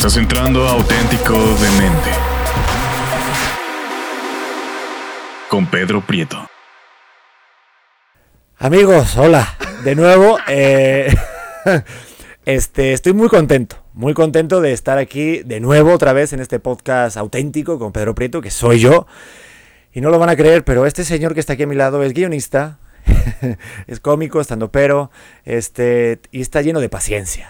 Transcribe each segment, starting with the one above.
Estás entrando a Auténtico Demente con Pedro Prieto. Amigos, hola, de nuevo. Estoy muy contento de estar aquí de nuevo otra vez en este podcast auténtico con Pedro Prieto, que soy yo. Y no lo van a creer, pero este señor que está aquí a mi lado es guionista, es cómico, estandopero, y está lleno de paciencia.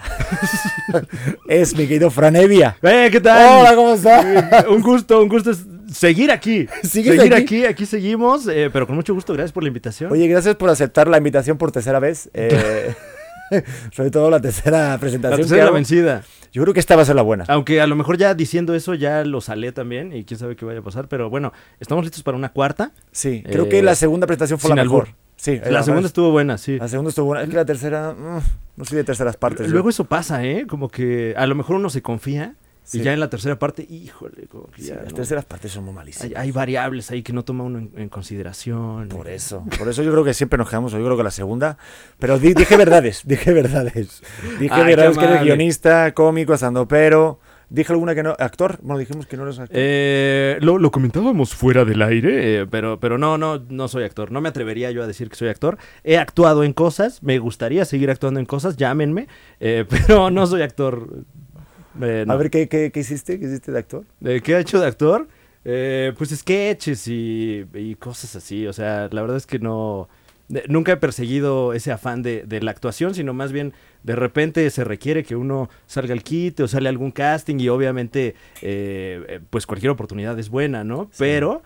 Es mi querido Fran Evia. ¿Qué tal? Hola, ¿cómo estás? Un gusto seguir aquí. ¿Sigues Aquí seguimos, pero con mucho gusto. Gracias por la invitación. Oye, gracias por aceptar la invitación por tercera vez. Sobre todo la tercera presentación. La tercera vencida. Yo creo que esta va a ser la buena. Aunque a lo mejor ya diciendo eso ya lo salé también y quién sabe qué vaya a pasar. Pero bueno, estamos listos para una cuarta. Sí, creo que la segunda presentación fue la mejor. Sí, la segunda estuvo buena, sí. La segunda estuvo buena. Es que la tercera, no soy de terceras partes. Luego eso pasa, como que a lo mejor uno se confía y ya en la tercera parte, híjole, como que ya. Las terceras partes son muy malísimas. Hay variables ahí que no toma uno en consideración. Por eso yo creo que siempre nos quedamos, yo creo que la segunda. Pero dije verdades. Dije verdades que eres guionista, cómico, estandopero. Dije alguna que no, actor, bueno, dijimos que no eres actor. Lo comentábamos fuera del aire, pero no soy actor. No me atrevería yo a decir que soy actor. He actuado en cosas, me gustaría seguir actuando en cosas, llámenme, pero no soy actor. No. A ver, ¿qué hiciste? ¿Qué hiciste de actor? ¿Qué ha hecho de actor? Pues sketches y cosas así. O sea, la verdad es que nunca he perseguido ese afán de la actuación, sino más bien de repente se requiere que uno salga al quite o sale a algún casting y obviamente pues cualquier oportunidad es buena, ¿no? Sí. Pero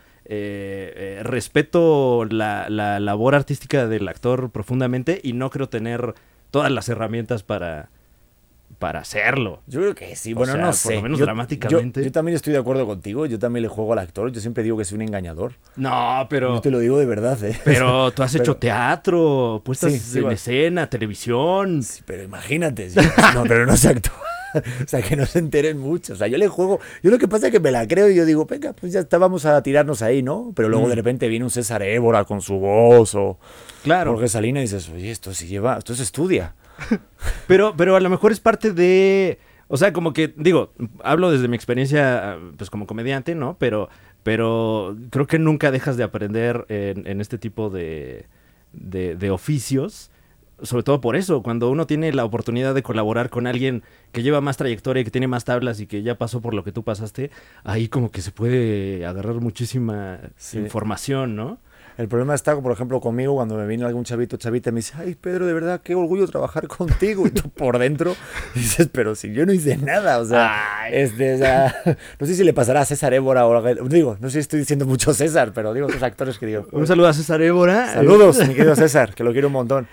respeto la labor artística del actor profundamente y no creo tener todas las herramientas para hacerlo. Yo creo que sí, bueno, no sé. Por lo menos dramáticamente. Yo también estoy de acuerdo contigo, yo también le juego al actor, yo siempre digo que soy un engañador. No, pero... Yo te lo digo de verdad, Pero tú has hecho teatro, puestas en escena, televisión. Sí, pero imagínate, no, pero no se actúa. O sea, que no se enteren mucho. O sea, yo le juego. Yo lo que pasa es que me la creo y yo digo, venga, pues ya está, vamos a tirarnos ahí, ¿no? Pero luego de repente viene un César Évora con su voz o Jorge Salinas y dices, oye, esto se estudia. Pero a lo mejor es parte de... O sea, como que, digo, hablo desde mi experiencia pues como comediante, ¿no? Pero creo que nunca dejas de aprender en este tipo de oficios. Sobre todo por eso, cuando uno tiene la oportunidad de colaborar con alguien que lleva más trayectoria, que tiene más tablas y que ya pasó por lo que tú pasaste, ahí como que se puede agarrar muchísima información, ¿no? El problema está, por ejemplo, conmigo, cuando me viene algún chavita y me dice, ay, Pedro, de verdad, qué orgullo trabajar contigo. Y tú por dentro dices, pero si yo no hice nada, o sea, no sé si le pasará a César Évora o digo, no sé si estoy diciendo mucho César, pero digo, esos actores que digo. Un saludo a César Évora. Saludos, mi querido César, que lo quiero un montón.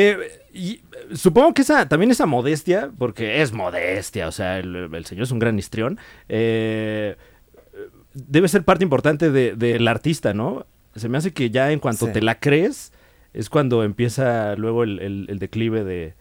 Y supongo que también esa modestia, porque es modestia, o sea, el señor es un gran histrión, debe ser parte importante del artista, ¿no? Se me hace que ya en cuanto te la crees, es cuando empieza luego el declive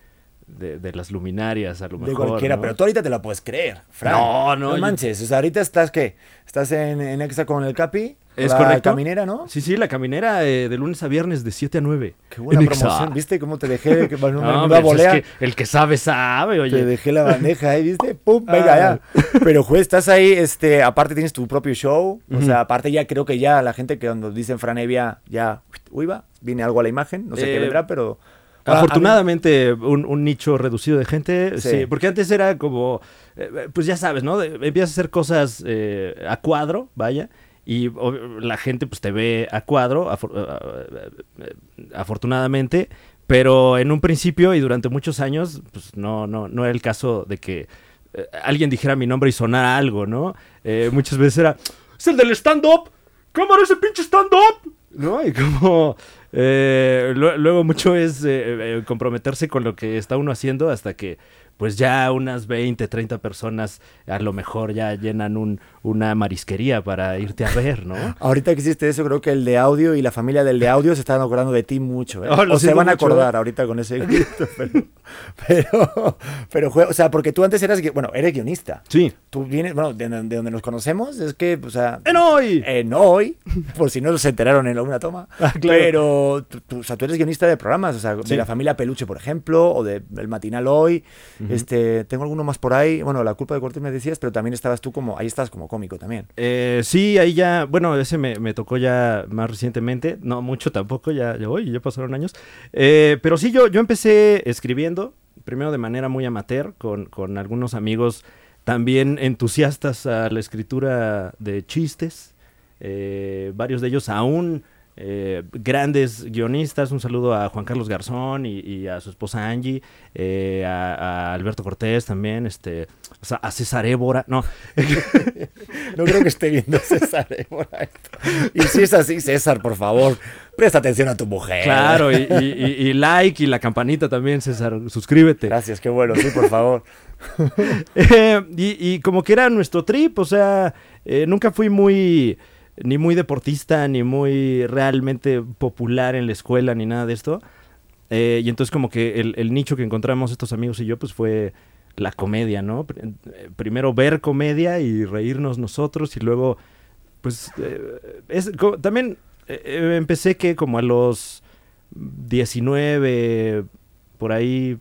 de las luminarias, a lo mejor. De cualquiera, ¿no? Pero tú ahorita te la puedes creer, Fran. No manches. O sea, ahorita estás, ¿qué? ¿Estás en Exa con el Capi? ¿Es correcto? La caminera, ¿no? Sí, la caminera de lunes a viernes de 7 a 9. Qué buena promoción, ¿viste? ¿Cómo te dejé? Que no, me volea. Es que el que sabe, oye. Te dejé la bandeja ahí, ¿viste? ¡Pum! Venga, ya. Pero, juez, estás ahí, aparte tienes tu propio show. O sea, aparte ya creo que ya la gente que cuando dicen Fran Evia, ya, viene algo a la imagen. No sé qué vendrá, pero... Afortunadamente, un nicho reducido de gente, sí, porque antes era como, pues ya sabes, ¿no? Empiezas a hacer cosas a cuadro, vaya, y la gente pues te ve a cuadro, afortunadamente, pero en un principio y durante muchos años, pues no era el caso de que alguien dijera mi nombre y sonara algo, ¿no? Muchas veces era, ¡es el del stand-up! ¿Cómo era ese pinche stand-up? ¿No? Y como... luego mucho es comprometerse con lo que está uno haciendo hasta que pues ya unas 20, 30 personas a lo mejor ya llenan una marisquería para irte a ver, ¿no? Ahorita que hiciste eso, creo que el de audio y la familia del de audio se están acordando de ti mucho, ¿eh? O se van a acordar ahorita con ese grito, pero o sea, porque tú antes eres guionista. Sí. Tú vienes, bueno, de donde nos conocemos, es que, o sea... ¡En hoy! Por si no se enteraron en alguna toma. Claro. Pero, o sea, tú eres guionista de programas, o sea, de la familia Peluche, por ejemplo, o de El Matinal Hoy. Ujú. Tengo alguno más por ahí. Bueno, La culpa de Cortés me decías, pero también estabas tú ahí estás como cómico también. Sí, ahí ya, bueno, ese me tocó ya más recientemente, no mucho tampoco, ya pasaron años. Pero sí, yo empecé escribiendo, primero de manera muy amateur, con algunos amigos también entusiastas a la escritura de chistes, varios de ellos aún grandes guionistas. Un saludo a Juan Carlos Garzón y a su esposa Angie, a Alberto Cortés también, o sea, a César Évora, no. No creo que esté viendo César Évora esto. Y si es así, César, por favor, presta atención a tu mujer. Claro, y like y la campanita también, César, suscríbete. Gracias, qué bueno, sí, por favor. Y como que era nuestro trip, o sea, nunca fui ni muy deportista, ni muy realmente popular en la escuela, ni nada de esto. Y entonces como que el nicho que encontramos estos amigos y yo, pues fue la comedia, ¿no? Primero ver comedia y reírnos nosotros, y luego, pues, también empecé que como a los 19, por ahí,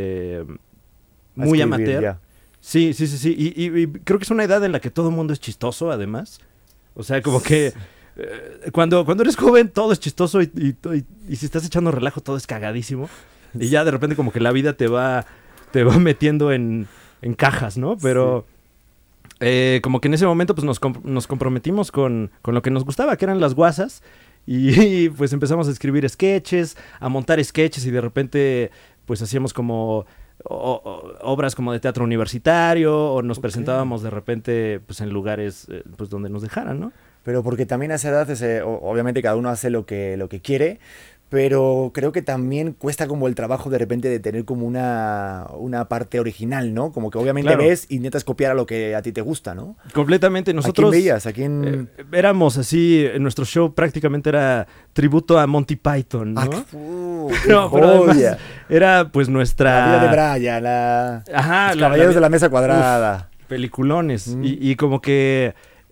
muy escribir, amateur. ya. Sí. Y creo que es una edad en la que todo el mundo es chistoso, además. O sea, como que cuando eres joven todo es chistoso y si estás echando relajo todo es cagadísimo. Y ya de repente como que la vida te va metiendo en cajas, ¿no? Pero como que en ese momento pues nos comprometimos con lo que nos gustaba, que eran las guasas. Y pues empezamos a escribir sketches, a montar sketches, y de repente pues hacíamos como obras como de teatro universitario, o nos presentábamos de repente pues en lugares pues donde nos dejaran, ¿no? Pero porque también a esa edad, obviamente cada uno hace lo que quiere, pero creo que también cuesta como el trabajo de repente de tener como una parte original, ¿no? Como que obviamente Claro. ves e intentas copiar a lo que a ti te gusta, ¿no? Completamente. ¿A Nosotros quién veías? ¿A quién...? éramos así, nuestro show prácticamente era tributo a Monty Python, ¿no? ¡Qué No, pero además joya! era pues La nuestra... vida de Brian, Ajá, los caballeros de la mesa cuadrada. peliculones. Mm. Y como que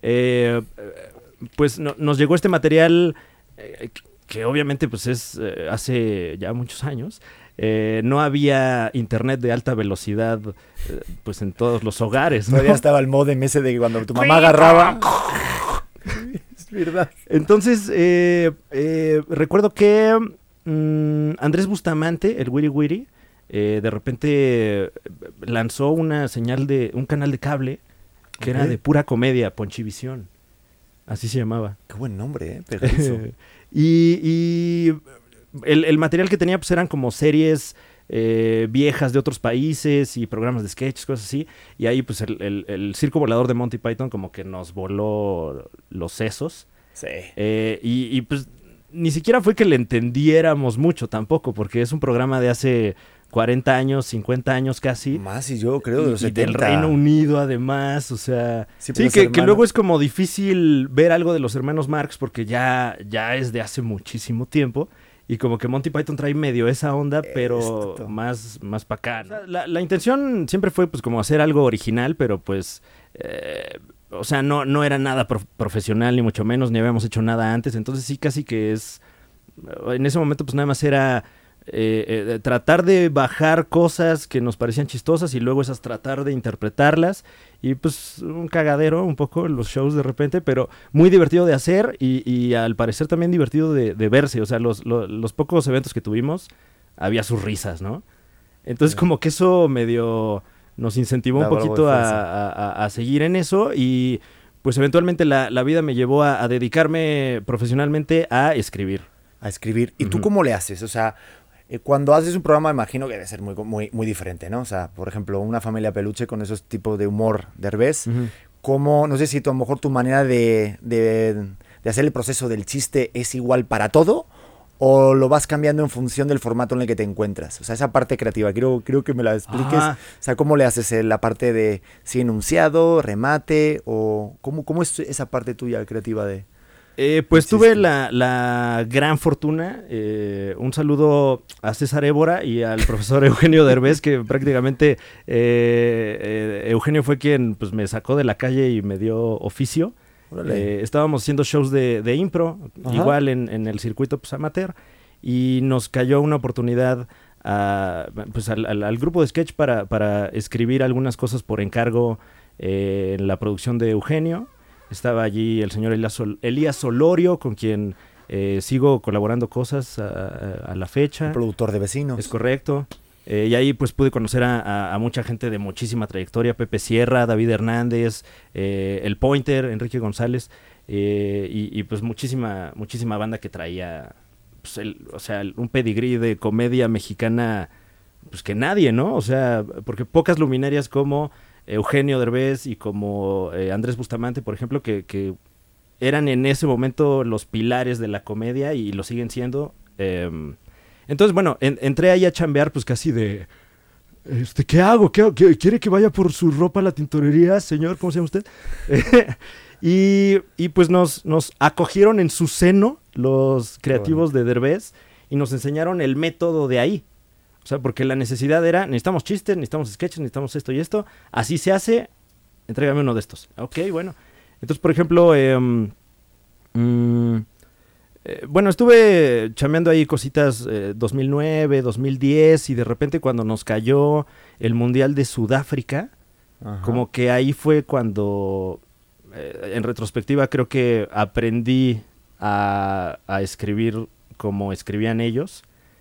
pues nos llegó este material que obviamente pues es hace ya muchos años. No había internet de alta velocidad pues en todos los hogares, ¿no? Todavía estaba el modem ese de que cuando tu mamá agarraba... Es verdad. Entonces, recuerdo que Andrés Bustamante, el Wiri Wiri, de repente lanzó una señal de un canal de cable que era de pura comedia, Ponchivisión. Así se llamaba. Qué buen nombre, pegadizo. y el material que tenía pues eran como series viejas de otros países y programas de sketches, cosas así. Y ahí pues el circo volador de Monty Python como que nos voló los sesos. Sí. Y pues ni siquiera fue que le entendiéramos mucho tampoco, porque es un programa de hace 40 años, 50 años casi. Más y yo creo de los Y 70. del Reino Unido además, o sea... Sí, Sí, los que hermanos. luego es como difícil ver algo de los hermanos Marx porque ya es de hace muchísimo tiempo. Y como que Monty Python trae medio esa onda, pero Exacto. más para acá, ¿no? O sea, la intención siempre fue pues como hacer algo original, pero pues... o sea, no era nada profesional, ni mucho menos, ni habíamos hecho nada antes. Entonces sí, casi que es... En ese momento pues nada más era... tratar de bajar cosas que nos parecían chistosas y luego esas tratar de interpretarlas, y pues un cagadero un poco los shows de repente, pero muy divertido de hacer y al parecer también divertido de verse. O sea, los pocos eventos que tuvimos había sus risas, ¿no? Entonces como que eso medio nos incentivó un Daba algo de poquito fuerza. a seguir en eso, y pues eventualmente la vida me llevó a dedicarme profesionalmente a escribir. A escribir. ¿Y tú Ujú. cómo le haces? O sea, cuando haces un programa, imagino que debe ser muy diferente, ¿no? O sea, por ejemplo, Una familia peluche con esos tipos de humor derbez. Ujú. ¿Cómo, no sé si a lo mejor tu manera de hacer el proceso del chiste es igual para todo, o lo vas cambiando en función del formato en el que te encuentras? O sea, esa parte creativa, quiero que me la expliques. Ah. O sea, ¿cómo le haces la parte de sí, enunciado, remate, o cómo es esa parte tuya creativa de... Pues Existe. tuve la gran fortuna, un saludo a César Évora y al profesor Eugenio Derbez, que prácticamente Eugenio fue quien pues, me sacó de la calle y me dio oficio. Órale. Estábamos haciendo shows de impro, Ajá. igual en el circuito pues, amateur, y nos cayó una oportunidad pues al grupo de sketch para escribir algunas cosas por encargo en la producción de Eugenio. Estaba allí el señor Elías Solorio, con quien sigo colaborando cosas a la fecha. El productor de Vecinos. Es correcto. Y ahí pues pude conocer a mucha gente de muchísima trayectoria: Pepe Sierra, David Hernández, el Pointer, Enrique González, y pues muchísima banda que traía, pues, un pedigrí de comedia mexicana, pues que nadie, ¿no? O sea, porque pocas luminarias como Eugenio Derbez y como Andrés Bustamante, por ejemplo, que eran en ese momento los pilares de la comedia y lo siguen siendo. Entonces, bueno, entré ahí a chambear pues casi de... ¿Qué hago? ¿Quiere que vaya por su ropa a la tintorería, señor? ¿Cómo se llama usted? y pues nos acogieron en su seno los creativos de Derbez y nos enseñaron el método de ahí. O sea, porque la necesidad era, necesitamos chistes, necesitamos sketches, necesitamos esto y esto. Así se hace, entrégame uno de estos. Ok, bueno. Entonces, por ejemplo, bueno, estuve chameando ahí cositas 2009, 2010, y de repente cuando nos cayó el Mundial de Sudáfrica, ajá, como que ahí fue cuando, en retrospectiva, creo que aprendí a escribir como escribían ellos.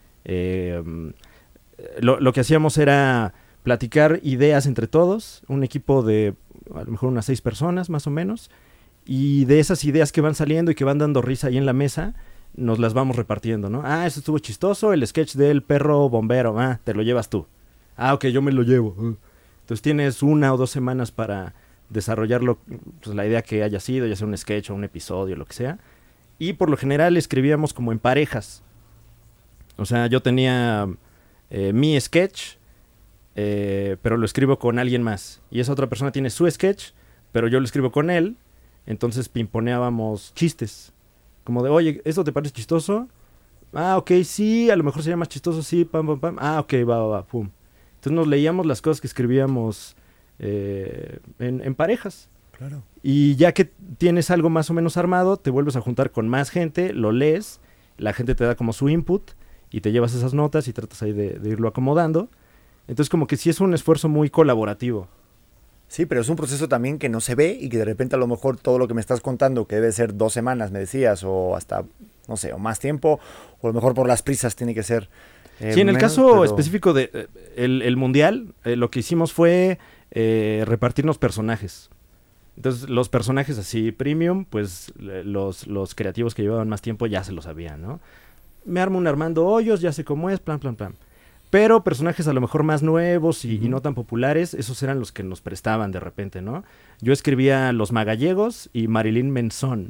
Lo que hacíamos era platicar ideas entre todos, un equipo de a lo mejor unas 6 personas más o menos, y de esas ideas que van saliendo y que van dando risa ahí en la mesa, nos las vamos repartiendo, ¿no? Ah, eso estuvo chistoso, el sketch del perro bombero, te lo llevas tú. Ah, ok, yo me lo llevo. Entonces tienes 1 o 2 semanas para desarrollarlo, pues la idea que haya sido, ya sea un sketch o un episodio, lo que sea. Y por lo general escribíamos como en parejas. O sea, yo tenía mi sketch, pero lo escribo con alguien más. Y esa otra persona tiene su sketch, pero yo lo escribo con él. Entonces pimponeábamos chistes. Como de, oye, ¿esto te parece chistoso? Ah, ok, sí, a lo mejor sería más chistoso, sí, pam, pam, pam. Ah, ok, va, pum. Entonces nos leíamos las cosas que escribíamos en parejas. Claro. Y ya que tienes algo más o menos armado, te vuelves a juntar con más gente, lo lees, la gente te da como su input y te llevas esas notas y tratas ahí de irlo acomodando. Entonces como que sí es un esfuerzo muy colaborativo. Sí, pero es un proceso también que no se ve y que de repente a lo mejor todo lo que me estás contando, que debe ser 2 semanas, me decías, o hasta, no sé, o más tiempo, o a lo mejor por las prisas tiene que ser sí, en el caso específico de el Mundial, lo que hicimos fue repartirnos personajes. Entonces, los personajes así premium, pues los creativos que llevaban más tiempo ya se lo sabían, ¿no? Me armo un Armando Hoyos, ya sé cómo es, plan. Pero personajes a lo mejor más nuevos y no tan populares, esos eran los que nos prestaban de repente, ¿no? Yo escribía Los Magallegos y Marilyn Menzón.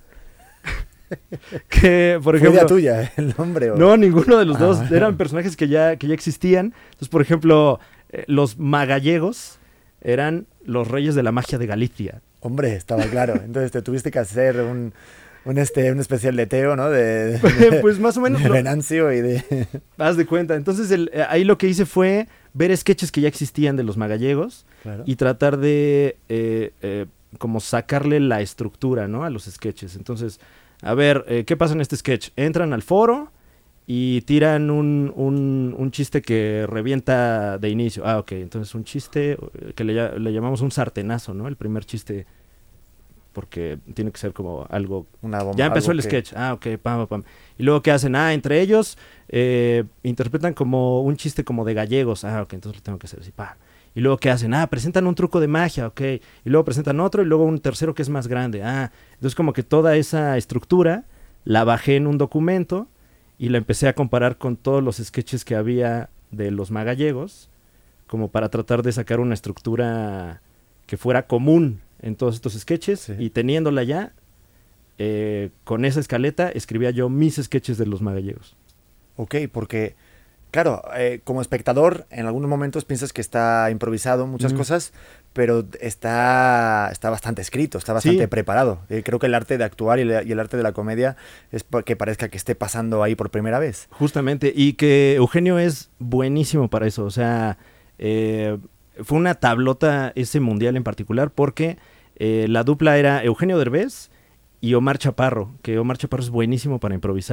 Que, por ejemplo... ¿Fue idea tuya el nombre? ¿O? No, ninguno de los dos. Eran personajes que ya existían. Entonces, por ejemplo, los Magallegos eran los reyes de la magia de Galicia. Hombre, estaba claro. Entonces te tuviste que hacer un especial de Teo, ¿no? Pues más o menos. De Venancio y de... Haz de cuenta. Entonces ahí lo que hice fue ver sketches que ya existían de los Magallegos, claro, y tratar de como sacarle la estructura, ¿no? A los sketches. Entonces, a ver, ¿qué pasa en este sketch? Entran al foro y tiran un chiste que revienta de inicio. Ah, ok. Entonces un chiste que le llamamos un sartenazo, ¿no? El primer chiste, porque tiene que ser como algo... Una bomba, ya empezó el sketch. Ah, ok, pam. Y luego, ¿qué hacen? Ah, entre ellos interpretan como un chiste como de gallegos. Ah, ok, entonces lo tengo que hacer así, pa. Y luego, ¿qué hacen? Ah, presentan un truco de magia, ok. Y luego presentan otro y luego un tercero que es más grande. Ah, entonces como que toda esa estructura la bajé en un documento y la empecé a comparar con todos los sketches que había de los Magallegos, como para tratar de sacar una estructura que fuera común en todos estos sketches, sí. Y teniéndola ya, con esa escaleta, escribía yo mis sketches de los Magallegos. Ok, porque, claro, como espectador, en algunos momentos piensas que está improvisado muchas cosas, pero está bastante escrito, está bastante preparado. Creo que el arte de actuar y el arte de la comedia es que parezca que esté pasando ahí por primera vez. Justamente, y que Eugenio es buenísimo para eso, o sea, fue una tablota ese mundial en particular, porque la dupla era Eugenio Derbez y Omar Chaparro, que Omar Chaparro es buenísimo para improvisar,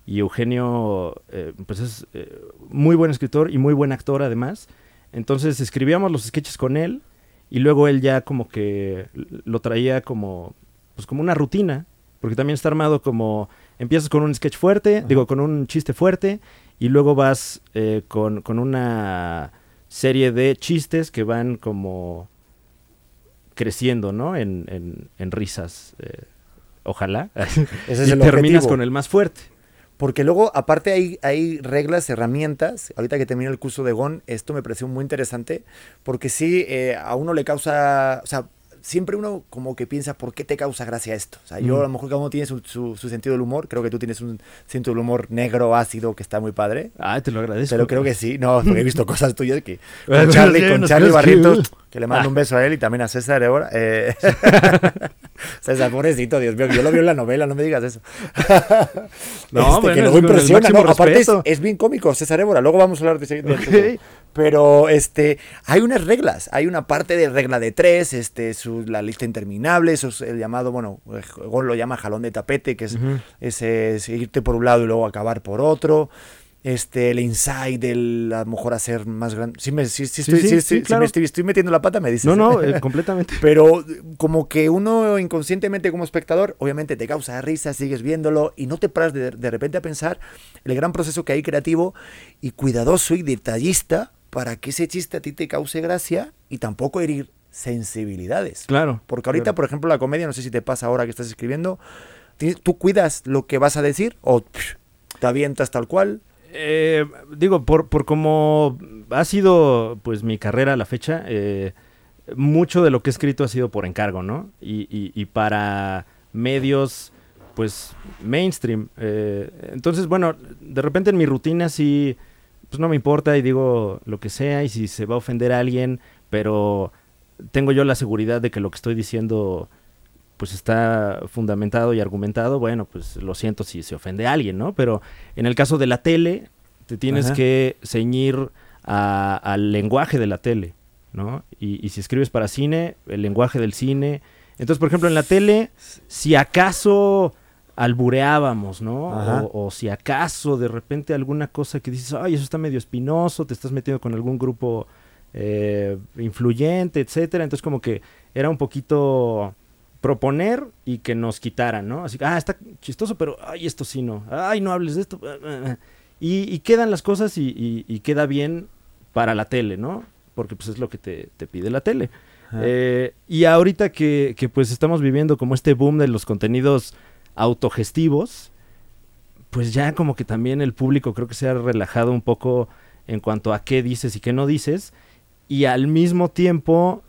y Eugenio pues es muy buen escritor y muy buen actor además. Entonces escribíamos los sketches con él y luego él ya como que lo traía como, pues como una rutina, porque también está armado como, empiezas con un sketch fuerte, Ajá. digo, con un chiste fuerte, y luego vas con una serie de chistes que van como creciendo, ¿no? En risas, ojalá. Ese es Y el terminas objetivo. con el más fuerte. Porque luego, aparte, hay reglas, herramientas. Ahorita que terminé el curso de GON, esto me pareció muy interesante. Porque sí, a uno le causa. O sea, siempre uno como que piensa, ¿por qué te causa gracia esto? O sea, yo a lo mejor cada uno tiene su sentido del humor. Creo que tú tienes un sentido del humor negro, ácido, que está muy padre. Ay, te lo agradezco. Pero creo que sí. No, porque he visto cosas tuyas que. Bueno, Con Charlie, sí, con nos Charlie crees que- Barrientos, que le mando un beso a él y también a César ahora. César, pobrecito, Dios mío, yo lo vi en la novela, no me digas eso. No, bueno, que es luego con el impresiona, máximo ¿no? Aparte respeto. es bien cómico, César Évora, luego vamos a hablar de ese. Ok. Pero hay unas reglas, hay una parte de regla de tres, la lista interminable, eso es el llamado, bueno, Gon lo llama jalón de tapete, que es Ujú. irte por un lado y luego acabar por otro. El insight del a lo mejor hacer más grande. Sí, claro. me estoy metiendo la pata, me dices. No, no, completamente. Pero como que uno inconscientemente como espectador, obviamente te causa risa, sigues viéndolo y no te paras de repente a pensar el gran proceso que hay creativo y cuidadoso y detallista para que ese chiste a ti te cause gracia y tampoco herir sensibilidades. Claro. Porque ahorita, claro. por ejemplo, la comedia, no sé si te pasa ahora que estás escribiendo, ¿tú cuidas lo que vas a decir o te avientas tal cual? Digo, por como ha sido pues mi carrera a la fecha, mucho de lo que he escrito ha sido por encargo, ¿no? Y para medios pues mainstream. Entonces, bueno, de repente en mi rutina sí, pues no me importa y digo lo que sea y si se va a ofender a alguien, pero tengo yo la seguridad de que lo que estoy diciendo pues está fundamentado y argumentado, bueno, pues lo siento si se ofende a alguien, ¿no? Pero en el caso de la tele, te tienes Ajá. que ceñir al lenguaje de la tele, ¿no? Y si escribes para cine, el lenguaje del cine. Entonces, por ejemplo, en la tele, si acaso albureábamos, ¿no? Ajá. O si acaso de repente alguna cosa que dices, ay, eso está medio espinoso, te estás metiendo con algún grupo influyente, etcétera. Entonces, como que era un poquito proponer y que nos quitaran, ¿no? Así que, está chistoso, pero, ay, esto sí no. Ay, no hables de esto. Y quedan las cosas y queda bien para la tele, ¿no? Porque pues es lo que te pide la tele. Y ahorita que pues estamos viviendo como este boom de los contenidos autogestivos, pues ya como que también el público creo que se ha relajado un poco en cuanto a qué dices y qué no dices. Y al mismo tiempo,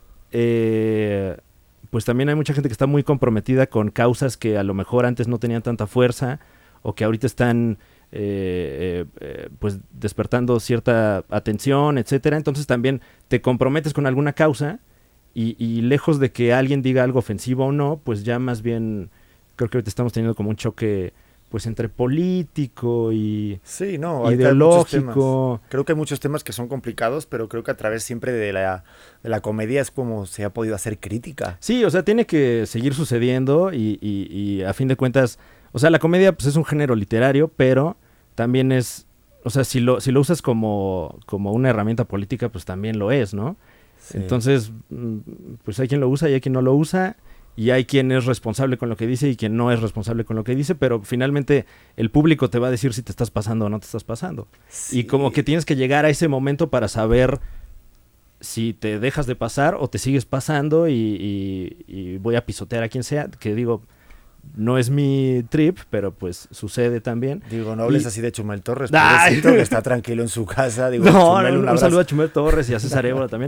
pues también hay mucha gente que está muy comprometida con causas que a lo mejor antes no tenían tanta fuerza o que ahorita están pues despertando cierta atención, etcétera. Entonces también te comprometes con alguna causa y lejos de que alguien diga algo ofensivo o no, pues ya más bien creo que ahorita estamos teniendo como un choque pues entre político y Sí, no, ahorita hay muchos ideológico. temas. Creo que hay muchos temas que son complicados, pero creo que a través siempre de la comedia es como se ha podido hacer crítica. Sí, o sea, tiene que seguir sucediendo y a fin de cuentas, o sea, la comedia pues es un género literario, pero también es, o sea, si lo usas como una herramienta política, pues también lo es, ¿no? Sí. Entonces, pues hay quien lo usa y hay quien no lo usa, y hay quien es responsable con lo que dice y quien no es responsable con lo que dice, pero finalmente el público te va a decir si te estás pasando o no te estás pasando. Sí. Y como que tienes que llegar a ese momento para saber si te dejas de pasar o te sigues pasando y voy a pisotear a quien sea, que digo, no es mi trip, pero pues sucede también. Digo, no hables Y- así de Chumel Torres, ¡Ay! pobrecito, que está tranquilo en su casa. Digo, No, Chumel, no, un un abrazo. saludo a Chumel Torres y a César Évora también.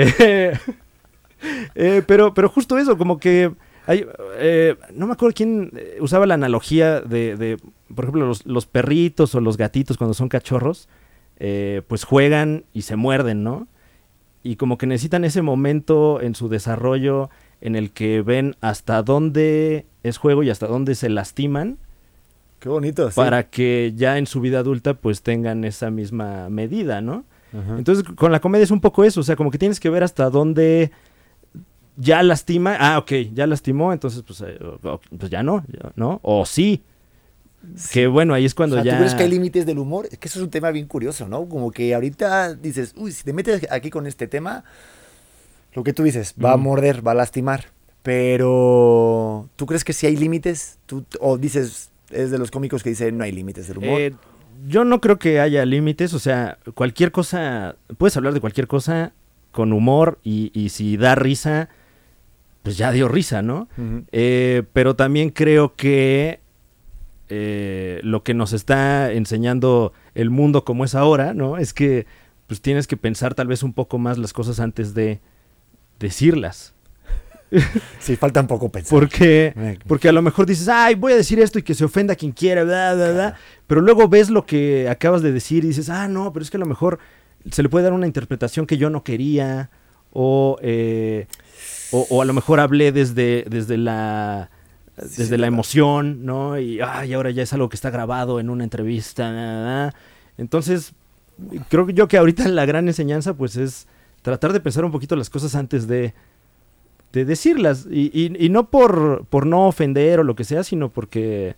Pero justo eso, como que hay, no me acuerdo quién usaba la analogía de por ejemplo, los perritos o los gatitos cuando son cachorros, pues juegan y se muerden, ¿no? Y como que necesitan ese momento en su desarrollo en el que ven hasta dónde es juego y hasta dónde se lastiman Qué bonito, sí. para que ya en su vida adulta pues tengan esa misma medida, ¿no? Ajá. Entonces con la comedia es un poco eso, o sea, como que tienes que ver hasta dónde ya lastima, ok, ya lastimó, entonces pues ya no, ¿no? O sí, Que bueno, ahí es O cuando sea, ya... ¿tú crees que hay límites del humor? Es que eso es un tema bien curioso, ¿no? Como que ahorita dices, uy, si te metes aquí con este tema, lo que tú dices, va a morder, va a lastimar. Pero, ¿tú crees que sí hay límites? ¿O dices, es de los cómicos que dicen no hay límites del humor? Yo no creo que haya límites, o sea, cualquier cosa, puedes hablar de cualquier cosa con humor y si da risa, pues ya dio risa, ¿no? Ujú. Pero también creo que lo que nos está enseñando el mundo como es ahora, ¿no? Es que pues tienes que pensar tal vez un poco más las cosas antes de decirlas. Sí, falta un poco pensar. Porque a lo mejor dices, ay, voy a decir esto y que se ofenda quien quiera, bla, bla, bla. Pero luego ves lo que acabas de decir y dices, ah, no, pero es que a lo mejor se le puede dar una interpretación que yo no quería, o a lo mejor hablé desde la emoción, ¿no? Y ahora ya es algo que está grabado en una entrevista. Entonces, creo yo que ahorita la gran enseñanza, pues, es tratar de pensar un poquito las cosas antes de decirlas. Y no por no ofender o lo que sea, sino porque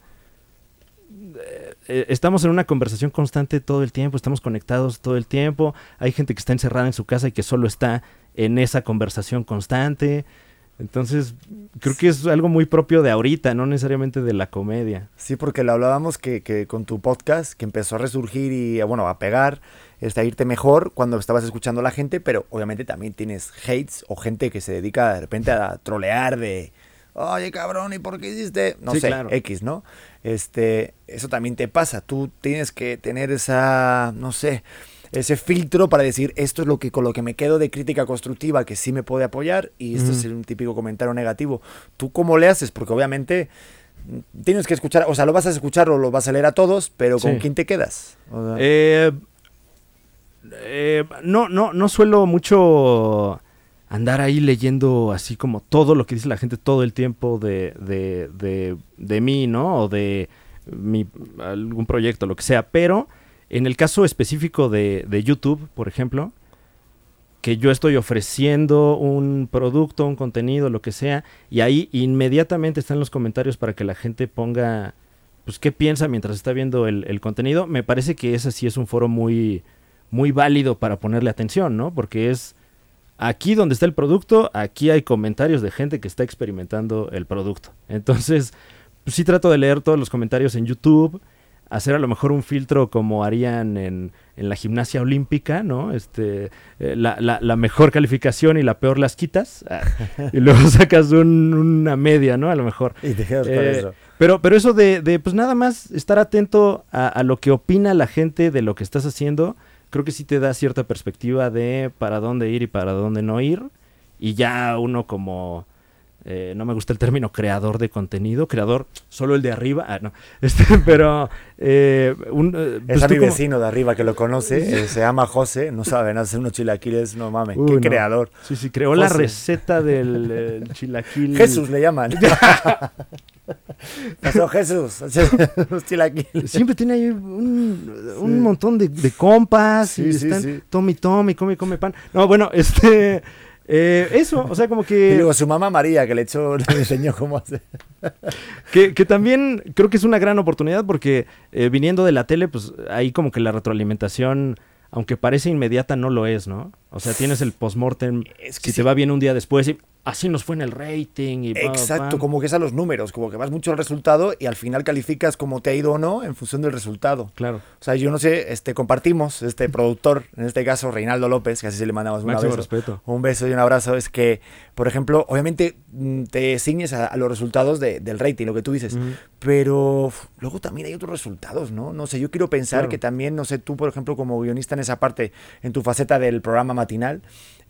estamos en una conversación constante todo el tiempo, estamos conectados todo el tiempo. Hay gente que está encerrada en su casa y que solo está en esa conversación constante. Entonces, creo que es algo muy propio de ahorita, no necesariamente de la comedia. Sí, porque lo hablábamos que con tu podcast, que empezó a resurgir y, bueno, a pegar, a irte mejor cuando estabas escuchando a la gente, pero obviamente también tienes hates o gente que se dedica de repente a trolear de, oye, cabrón, ¿y por qué hiciste? No Sí, sé, claro. X, ¿no? Eso también te pasa. Tú tienes que tener esa, no sé, ese filtro para decir esto es lo que con lo que me quedo de crítica constructiva que sí me puede apoyar y esto es un típico comentario negativo. ¿Tú cómo le haces? Porque obviamente tienes que escuchar, o sea, lo vas a escuchar o lo vas a leer a todos, pero ¿con Sí. quién te quedas? O sea, No suelo mucho andar ahí leyendo así como todo lo que dice la gente todo el tiempo de mí, ¿no? O de algún proyecto, lo que sea. Pero en el caso específico de YouTube, por ejemplo, que yo estoy ofreciendo un producto, un contenido, lo que sea, y ahí inmediatamente están los comentarios para que la gente ponga, pues, qué piensa mientras está viendo el contenido. Me parece que ese sí es un foro muy, muy válido para ponerle atención, ¿no? Porque es aquí donde está el producto, aquí hay comentarios de gente que está experimentando el producto. Entonces, pues, sí trato de leer todos los comentarios en YouTube, hacer a lo mejor un filtro como harían en la gimnasia olímpica, ¿no? La mejor calificación y la peor las quitas, y luego sacas una media, ¿no? A lo mejor. y te quedas con eso. Pero eso de pues nada más estar atento a lo que opina la gente de lo que estás haciendo, creo que sí te da cierta perspectiva de para dónde ir y para dónde no ir. Y ya uno como, no me gusta el término creador de contenido, creador solo el de arriba, no. Pero Es pues a tú mi como- vecino de arriba que lo conoce, se llama José, no saben hacer unos chilaquiles, no mames, Uy, qué no. creador. Sí, creó la José. receta del chilaquil. Jesús le llaman. Pasó Jesús, los chilaquiles. Siempre tiene ahí un montón de compas Sí, y sí, están sí. tome, come pan. No, bueno, eso, o sea, como Y que, luego su mamá María, que le enseñó cómo hacer. que también creo que es una gran oportunidad porque viniendo de la tele, pues ahí como que la retroalimentación, aunque parece inmediata, no lo es, ¿no? O sea, tienes el postmortem, Es que si sí. te va bien un día después, y así nos fue en el rating. Y Exacto, como que es a los números, como que vas mucho al resultado y al final calificas cómo te ha ido o no en función del resultado. Claro, O sea, yo no sé, compartimos, productor, en este caso Reinaldo López, que así se le mandamos un máximo beso. respeto. Un beso y un abrazo. Es que, por ejemplo, obviamente te ciñes a los resultados del rating, lo que tú dices. Pero luego también hay otros resultados, ¿no? No sé, yo quiero pensar Claro. que también, no sé, tú, por ejemplo, como guionista en esa parte, en tu faceta del programa matinal,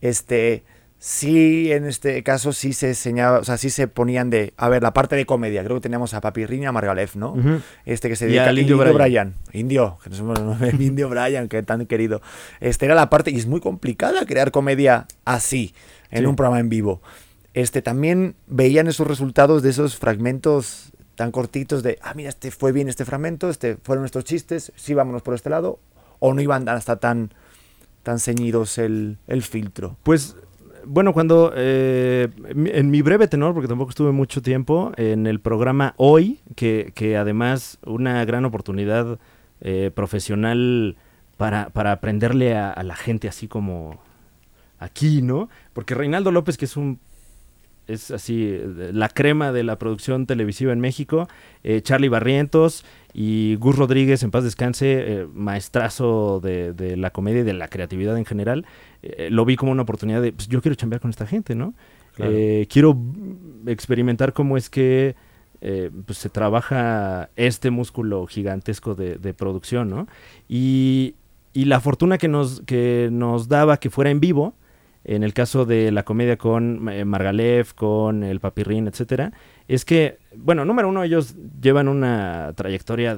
sí, en este caso sí se enseñaba, o sea, sí se ponían a ver, la parte de comedia. Creo que teníamos a Papirrín y a Margalef, ¿no? Ujú. Que se Y dedica al Indio Bryan. Bryan. Indio, que no somos el Indio Bryan, que tan querido. Era la parte, y es muy complicada crear comedia así, en Sí. un programa en vivo. También veían esos resultados de esos fragmentos tan cortitos de, mira, fue bien este fragmento, fueron estos chistes, sí, vámonos por este lado, o no iban hasta tan ceñidos el filtro. Pues Bueno, cuando en mi breve tenor, porque tampoco estuve mucho tiempo, en el programa Hoy, que además una gran oportunidad profesional para aprenderle a la gente así como aquí, ¿no? Porque Reinaldo López, que es así la crema de la producción televisiva en México, Charly Barrientos y Gus Rodríguez, en paz descanse, maestrazo de la comedia y de la creatividad en general, lo vi como una oportunidad de, pues yo quiero chambear con esta gente, ¿no? Claro. Quiero experimentar cómo es que pues se trabaja este músculo gigantesco de producción, ¿no? Y la fortuna que nos daba que fuera en vivo, en el caso de la comedia con Margalef, con el Papirrín, etcétera, es que, bueno, número uno, ellos llevan una trayectoria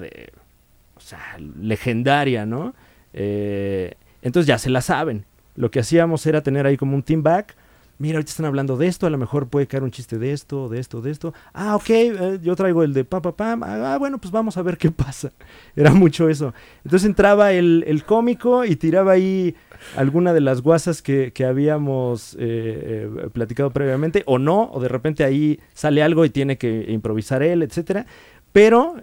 legendaria, ¿no? Entonces ya se la saben. Lo que hacíamos era tener ahí como un team back. Mira, ahorita están hablando de esto, a lo mejor puede caer un chiste de esto, de esto, de esto. Ah, ok, yo traigo el de pam. Ah, bueno, pues vamos a ver qué pasa. Era mucho eso. Entonces entraba el cómico y tiraba ahí alguna de las guasas que habíamos platicado previamente, o no, o de repente ahí sale algo y tiene que improvisar él, etcétera. Pero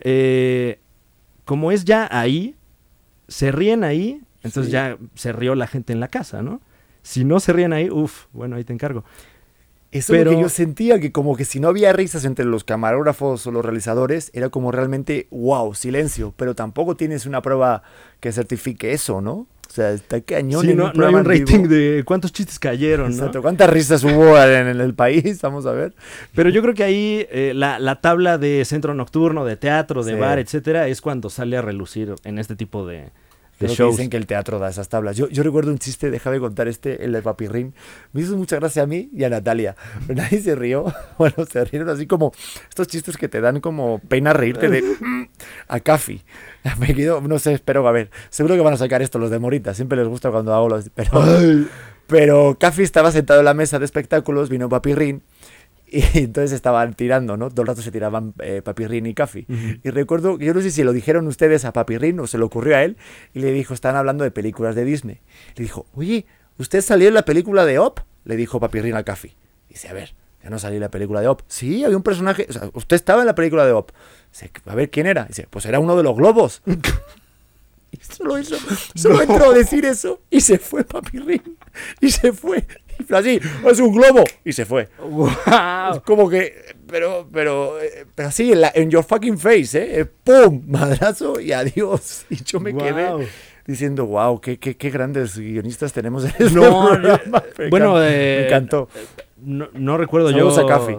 como es ya ahí, se ríen ahí, entonces ya se rió la gente en la casa, ¿no? Si no se ríen ahí, bueno, ahí te encargo. Eso es lo que yo sentía, que como que si no había risas entre los camarógrafos o los realizadores, era como realmente, wow, silencio, pero tampoco tienes una prueba que certifique eso, ¿no? O sea, está cañón. Sí, no hay un rating de cuántos chistes cayeron, exacto, ¿no? ¿Cuántas risas hubo en el país? Vamos a ver. Pero yo creo que ahí la tabla de centro nocturno, de teatro, de bar, etcétera, es cuando sale a relucir en este tipo de shows. Que dicen que el teatro da esas tablas. Yo recuerdo un chiste, déjame contar el de Papirrín. Me hizo mucha gracia a mí y a Natalia. Pero nadie se rió. Bueno, se rieron así como estos chistes que te dan como pena reírte de a Caffi. Me quedo, no sé, espero a ver. Seguro que van a sacar esto los de Morita. Siempre les gusta cuando hago los... Pero Caffi estaba sentado en la mesa de espectáculos, vino Papirrín. Y entonces estaban tirando, ¿no? Todo el rato se tiraban Papirrín y Caffi. Uh-huh. Y recuerdo, yo no sé si lo dijeron ustedes a Papirrín o se le ocurrió a él, y le dijo, están hablando de películas de Disney. Le dijo, oye, ¿usted salió en la película de Up? Le dijo Papirrín a Caffi. Dice, a ver, ya no salí en la película de Up. Sí, había un personaje, o sea, usted estaba en la película de Up. Dice, a ver, ¿quién era? Dice, pues era uno de los globos. Y solo entró a decir eso, y se fue Papirrín. Y se fue. Así, es un globo. Y se fue. Wow. Es como que, pero así, en your fucking face, ¡pum! Madrazo y adiós. Y yo me quedé diciendo, wow, qué grandes guionistas tenemos en este programa. Me encantó. No recuerdo. Saludos yo a Caffi.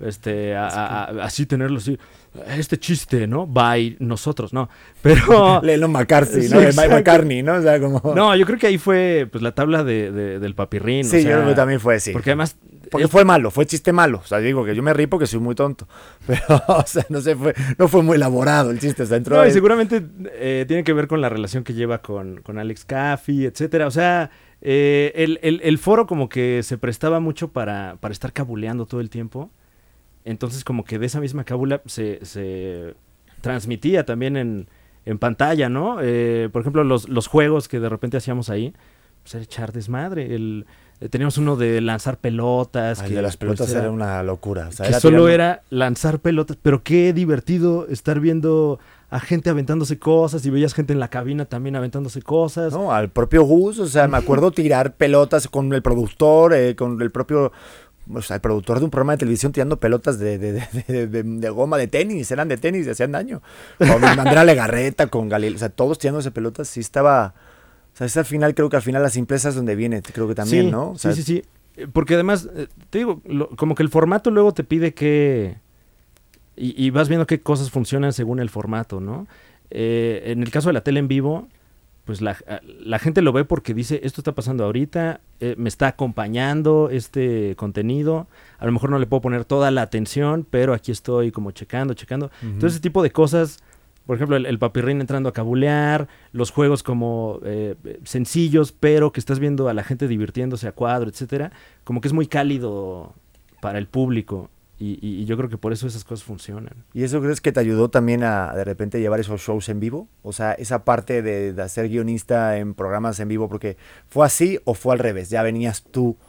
Así tenerlo así. Este chiste, ¿no? By nosotros, ¿no? Pero... Lennon McCarthy, sí, ¿no? By McCartney, ¿no? O sea, como... No, yo creo que ahí fue pues la tabla del Papirrín. Sí, o sea, yo creo que también fue así. Porque además... Porque fue malo, fue chiste malo. O sea, digo que yo me río porque soy muy tonto. Pero, o sea, no fue muy elaborado el chiste. O sea, entró y seguramente tiene que ver con la relación que lleva con Alex Caffi, etcétera. O sea, el foro como que se prestaba mucho para estar cabuleando todo el tiempo. Entonces como que de esa misma cábula se transmitía también en pantalla, ¿no? Por ejemplo, los juegos que de repente hacíamos ahí, pues era echar desmadre. Teníamos uno de lanzar pelotas. El de las pelotas pues era una locura. O sea, que solo era lanzar pelotas, pero qué divertido estar viendo a gente aventándose cosas y veías gente en la cabina también aventándose cosas. No, al propio Gus, o sea, me acuerdo tirar pelotas con el productor, con el propio... O sea, el productor de un programa de televisión tirando pelotas de goma, de tenis, eran de tenis y hacían daño. Con Andrea Legarreta, con Galil, o sea, todos tirándose pelotas, sí estaba... O sea, es al final, creo que al final la simpleza es donde viene, creo que también, sí, ¿no? O sea, sí. Porque además, te digo, como que el formato luego te pide que... Y vas viendo qué cosas funcionan según el formato, ¿no? En el caso de la tele en vivo... pues la gente lo ve porque dice, esto está pasando ahorita, me está acompañando este contenido, a lo mejor no le puedo poner toda la atención, pero aquí estoy como checando. Uh-huh. Entonces ese tipo de cosas, por ejemplo, el Papirrín entrando a cabulear, los juegos como sencillos, pero que estás viendo a la gente divirtiéndose a cuadro, etcétera, como que es muy cálido para el público. Y yo creo que por eso esas cosas funcionan. ¿Y eso crees que te ayudó también a de repente llevar esos shows en vivo? O sea, esa parte de ser guionista en programas en vivo, porque ¿fue así o fue al revés? Ya venías tú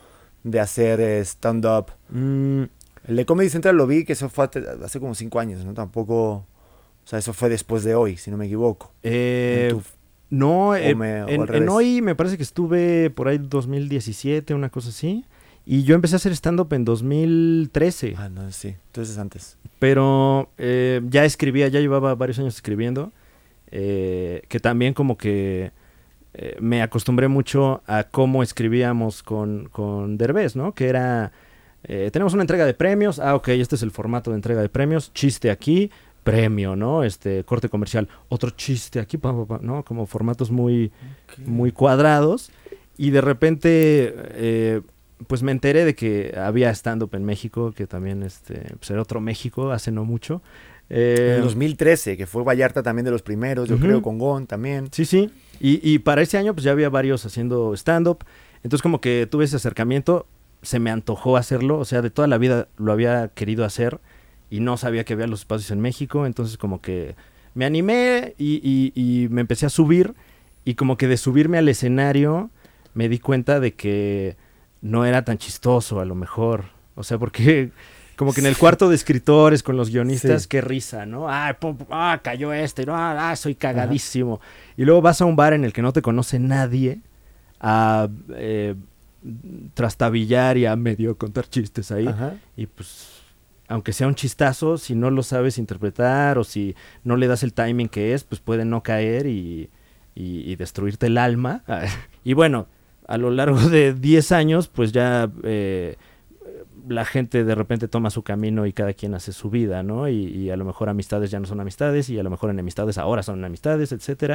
de hacer stand-up? Mm, El de Comedy Central lo vi, que eso fue hace como 5 años, ¿no? Tampoco... O sea, eso fue después de Hoy, si no me equivoco. En tu- no, o en al revés. Hoy me parece que estuve por ahí 2017, una cosa así. Y yo empecé a hacer stand-up en 2013. Ah, no, sí. Entonces antes. Pero ya escribía, ya llevaba varios años escribiendo. Que también como que me acostumbré mucho a cómo escribíamos con Derbez, ¿no? Que era, tenemos una entrega de premios. Ah, ok, este es el formato de entrega de premios. Chiste aquí, premio, ¿no? Corte comercial. Otro chiste aquí, ¿no? Como formatos muy cuadrados. Y de repente... pues me enteré de que había stand-up en México, que también pues era otro México, hace no mucho. En el 2013, que fue Vallarta también de los primeros, yo creo, con Gon también. Sí, sí. Y para ese año pues ya había varios haciendo stand-up. Entonces como que tuve ese acercamiento, se me antojó hacerlo. O sea, de toda la vida lo había querido hacer y no sabía que había los espacios en México. Entonces como que me animé y me empecé a subir. Y como que de subirme al escenario me di cuenta de que no era tan chistoso a lo mejor. O sea, porque como que en el cuarto de escritores con los guionistas, Sí. qué risa, ¿no? Cayó no, soy cagadísimo. Y luego vas a un bar en el que no te conoce nadie a trastabillar y a medio contar chistes ahí. Ajá. Y pues, aunque sea un chistazo, si no lo sabes interpretar o si no le das el timing que es, pues puede no caer y destruirte el alma. Y bueno, a lo largo de 10 años, pues ya la gente de repente toma su camino y cada quien hace su vida, ¿no? Y a lo mejor amistades ya no son amistades y a lo mejor enemistades ahora son amistades, etcétera.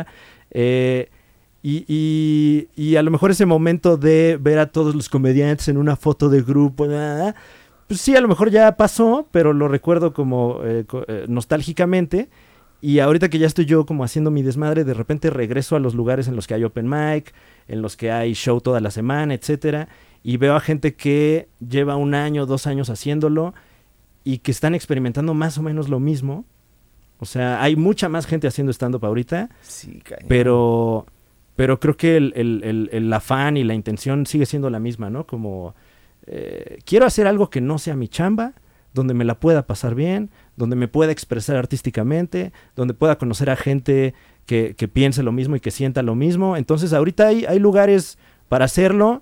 Y a lo mejor ese momento de ver a todos los comediantes en una foto de grupo, pues sí, a lo mejor ya pasó, pero lo recuerdo como nostálgicamente. Y ahorita que ya estoy yo como haciendo mi desmadre, de repente regreso a los lugares en los que hay open mic, en los que hay show toda la semana, etcétera, y veo a gente que lleva 1 año, 2 años haciéndolo y que están experimentando más o menos lo mismo. O sea, hay mucha más gente haciendo stand-up ahorita, Sí, cañón. pero creo que el afán y la intención sigue siendo la misma, ¿no? Como, quiero hacer algo que no sea mi chamba, donde me la pueda pasar bien, donde me pueda expresar artísticamente, donde pueda conocer a gente que piense lo mismo y que sienta lo mismo. Entonces ahorita hay lugares para hacerlo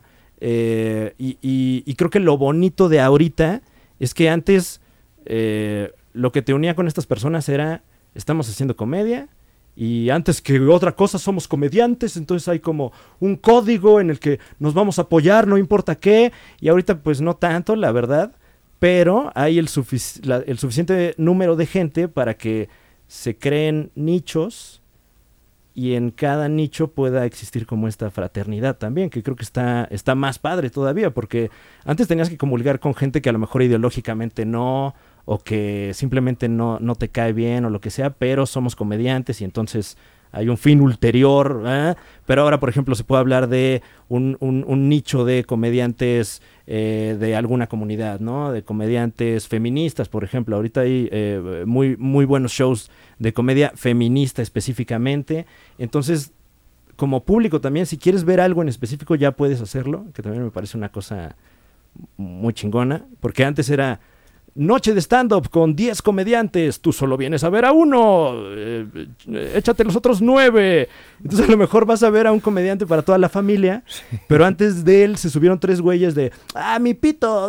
y creo que lo bonito de ahorita es que antes lo que te unía con estas personas era, estamos haciendo comedia y antes que otra cosa somos comediantes, entonces hay como un código en el que nos vamos a apoyar, no importa qué, y ahorita pues no tanto, la verdad. Pero hay el suficiente número de gente para que se creen nichos y en cada nicho pueda existir como esta fraternidad también, que creo que está más padre todavía, porque antes tenías que comulgar con gente que a lo mejor ideológicamente no, o que simplemente no te cae bien o lo que sea, pero somos comediantes y entonces hay un fin ulterior, ¿eh? Pero ahora, por ejemplo, se puede hablar de un nicho de comediantes de alguna comunidad, ¿no? De comediantes feministas, por ejemplo. Ahorita hay muy, muy buenos shows de comedia feminista específicamente. Entonces, como público también, si quieres ver algo en específico, ya puedes hacerlo, que también me parece una cosa muy chingona, porque antes era... Noche de stand-up con 10 comediantes. Tú solo vienes a ver a uno. Échate los otros 9. Entonces a lo mejor vas a ver a un comediante para toda la familia. Sí. Pero antes de él se subieron 3 güeyes de... mi pito.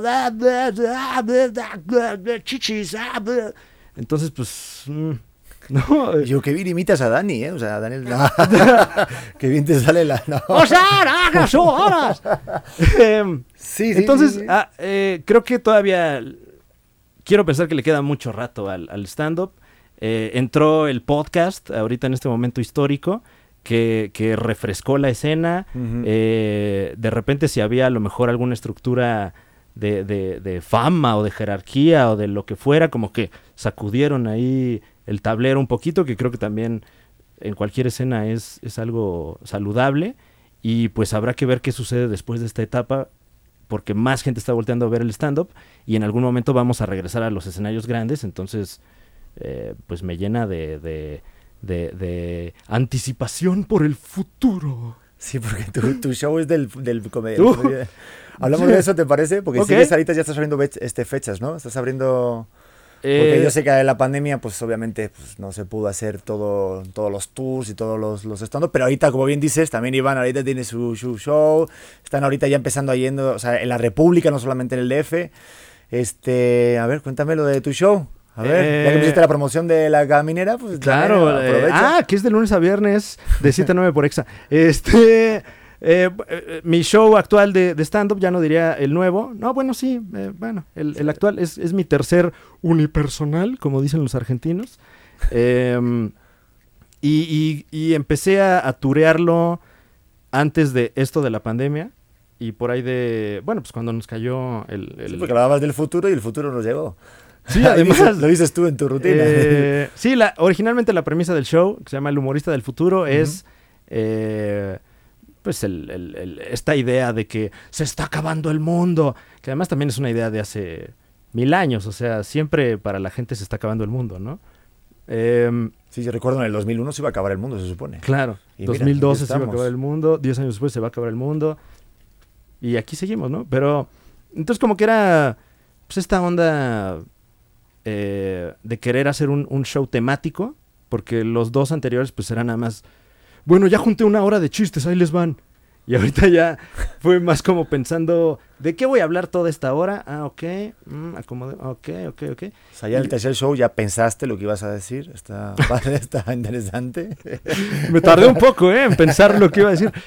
Chichis. Entonces pues... no. Yo, qué bien imitas a Dani, ¿eh? O sea, Daniel... No. Qué bien te sale la... No. ¡O sea, hagas horas! Sí, entonces, sí. Creo que todavía... Quiero pensar que le queda mucho rato al stand-up. Entró el podcast, ahorita en este momento histórico, que refrescó la escena. Uh-huh. De repente, si había a lo mejor alguna estructura de fama o de jerarquía o de lo que fuera, como que sacudieron ahí el tablero un poquito, que creo que también en cualquier escena es algo saludable. Y pues habrá que ver qué sucede después de esta etapa, porque más gente está volteando a ver el stand-up y en algún momento vamos a regresar a los escenarios grandes, entonces pues me llena de anticipación por el futuro. Sí, porque tu show es del comediante. Hablamos de eso, ¿te parece? Porque Ok. sigues ahorita, ya estás abriendo fechas, ¿no? Estás abriendo... Porque yo sé que en la pandemia, pues obviamente pues, no se pudo hacer todos los tours y todos los stand-up, pero ahorita, como bien dices, también Iván ahorita tiene su show, están ahorita ya empezando yendo, o sea, en la República, no solamente en el DF. A ver, cuéntame lo de tu show. A ver, ya que pusiste la promoción de la caminera, pues Claro, también aprovecha. que es de lunes a viernes, de 7 a 9 por Exa. Mi show actual de stand-up, ya no diría el nuevo. No, bueno, sí, el actual es mi tercer unipersonal, como dicen los argentinos. Y empecé a turearlo antes de esto de la pandemia. Y por ahí pues cuando nos cayó Sí, porque hablabas del futuro y el futuro nos llegó. Sí, además. Lo dices tú en tu rutina. Sí, originalmente la premisa del show, que se llama El humorista del futuro, es pues esta idea de que se está acabando el mundo, que además también es una idea de hace 1000 años, o sea, siempre para la gente se está acabando el mundo, ¿no? Sí, yo recuerdo en el 2001 se iba a acabar el mundo, se supone. Claro, Y mira, 2012 aquí se iba a estamos. acabar el mundo, 10 años después se va a acabar el mundo, y aquí seguimos, ¿no? Pero, entonces como que era, pues esta onda de querer hacer un show temático, porque los dos anteriores pues eran nada más, bueno, ya junté 1 hora de chistes, ahí les van. Y ahorita ya fue más como pensando, ¿de qué voy a hablar toda esta hora? Ok, ok. O sea, ya en el tercer show ya pensaste lo que ibas a decir. Está interesante. Me tardé un poco, en pensar lo que iba a decir.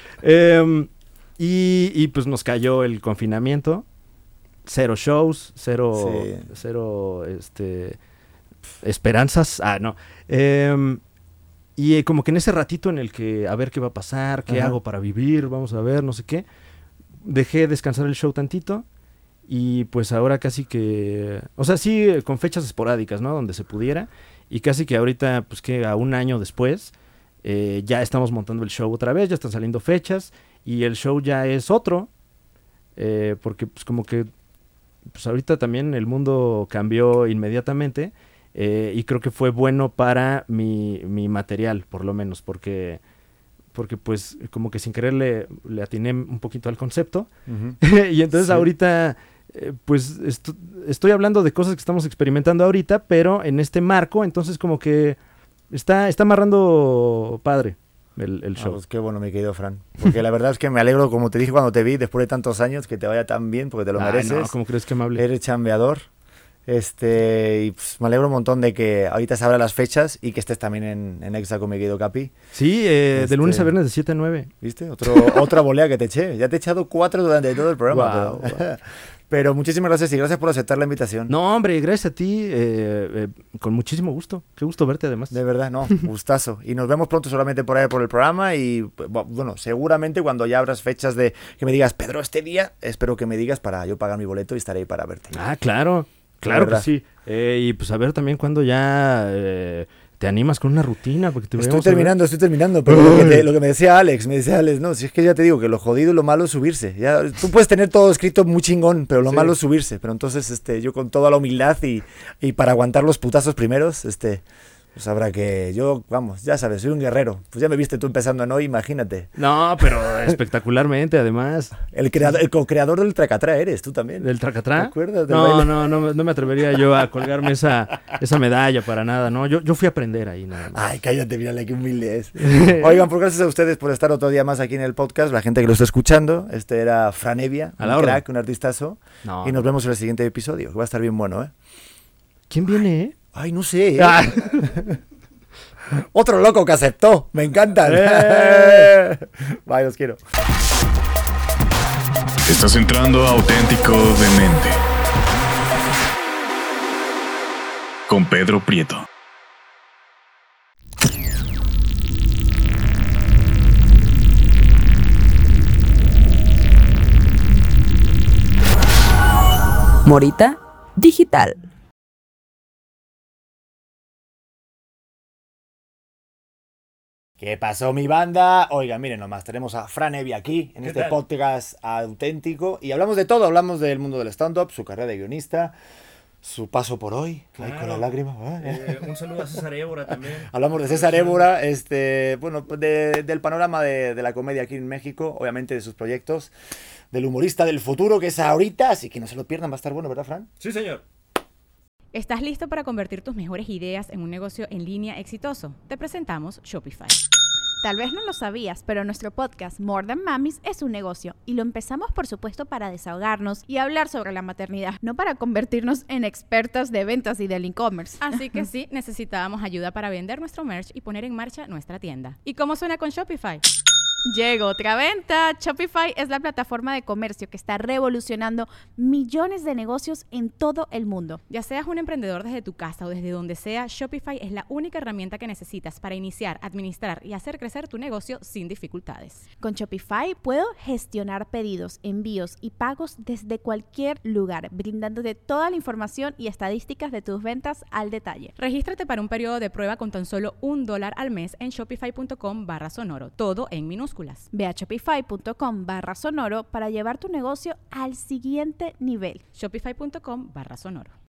Y pues nos cayó el confinamiento. 0 shows, cero esperanzas. No. Y como que en ese ratito en el que a ver qué va a pasar, qué hago para vivir, vamos a ver, no sé qué, dejé descansar el show tantito y pues ahora casi que, o sea, sí, con fechas esporádicas, ¿no? Donde se pudiera, y casi que ahorita, pues que a 1 año después, ya estamos montando el show otra vez, ya están saliendo fechas y el show ya es otro, porque pues como que, pues ahorita también el mundo cambió inmediatamente. Y creo que fue bueno para mi material, por lo menos, porque pues como que sin querer le atiné un poquito al concepto. Y entonces Sí. ahorita pues estoy hablando de cosas que estamos experimentando ahorita, pero en este marco, entonces como que está amarrando padre el show. Pues qué bueno, mi querido Fran. Porque la verdad es que me alegro, como te dije cuando te vi, después de tantos años, que te vaya tan bien, porque te lo mereces. No, ¿cómo crees que amable? Eres chambeador. Y pues, me alegro un montón de que ahorita se abran las fechas y que estés también en Exa con mi querido Capi. Sí, de lunes a viernes de 7 a 9. ¿Viste? Otra volea que te eché. Ya te he echado 4 durante todo el programa. Wow, Pero muchísimas gracias y gracias por aceptar la invitación. No, hombre, gracias a ti, con muchísimo gusto. Qué gusto verte además. De verdad, no, gustazo. Y nos vemos pronto solamente por ahí por el programa y bueno, seguramente cuando ya abras fechas de que me digas, Pedro, este día, espero que me digas para yo pagar mi boleto y estaré ahí para verte. Claro que verdad. sí. Y pues a ver también cuando ya te animas con una rutina. Porque Estoy terminando, pero lo que me decía Alex, no, si es que ya te digo que lo jodido y lo malo es subirse. Ya, tú puedes tener todo escrito muy chingón, pero lo malo es subirse. Pero entonces yo con toda la humildad y para aguantar los putazos primeros, pues habrá que, yo, vamos, ya sabes, soy un guerrero. Pues ya me viste tú empezando en hoy, imagínate. No, pero espectacularmente además. El co-creador del Tracatra eres, tú también. ¿Del Tracatrá? ¿Te acuerdas del No, baile? no me atrevería yo a colgarme esa medalla para nada, ¿no? Yo fui a aprender ahí nada más. Ay, cállate, mírale qué humilde es. Oigan, pues gracias a ustedes por estar otro día más aquí en el podcast, la gente que lo está escuchando. Este era Fran Evia, A la un orden. crack, un artistazo. No. Y nos vemos en el siguiente episodio, que va a estar bien bueno, ¿eh? ¿Quién viene, Ay, no sé, ¿eh? Ah. Otro loco que aceptó, me encantan. Bye, los quiero. Estás entrando a Auténtico Demente. Con Pedro Prieto. Morita Digital. ¿Qué pasó, mi banda? Oigan, miren nomás, tenemos a Fran Evia aquí en este podcast auténtico y hablamos de todo, hablamos del mundo del stand-up, su carrera de guionista, su paso por hoy, ahí con las lágrimas. Un saludo a César Évora también. Hablamos de César Évora, bueno, del panorama de la comedia aquí en México, obviamente de sus proyectos, del humorista del futuro que es ahorita, así que no se lo pierdan, va a estar bueno, ¿verdad, Fran? Sí, señor. ¿Estás listo para convertir tus mejores ideas en un negocio en línea exitoso? Te presentamos Shopify. Tal vez no lo sabías, pero nuestro podcast More Than Mamis es un negocio y lo empezamos por supuesto para desahogarnos y hablar sobre la maternidad, no para convertirnos en expertas de ventas y del e-commerce. Así que sí, necesitábamos ayuda para vender nuestro merch y poner en marcha nuestra tienda. ¿Y cómo suena con Shopify? Llegó otra venta. Shopify es la plataforma de comercio que está revolucionando millones de negocios en todo el mundo. Ya seas un emprendedor desde tu casa o desde donde sea, Shopify es la única herramienta que necesitas para iniciar, administrar y hacer crecer tu negocio sin dificultades. Con Shopify puedo gestionar pedidos, envíos y pagos desde cualquier lugar, brindándote toda la información y estadísticas de tus ventas al detalle. Regístrate para un periodo de prueba con tan solo $1 al mes en shopify.com/sonoro, todo en minúsculas. Ve a shopify.com/sonoro para llevar tu negocio al siguiente nivel. Shopify.com/sonoro.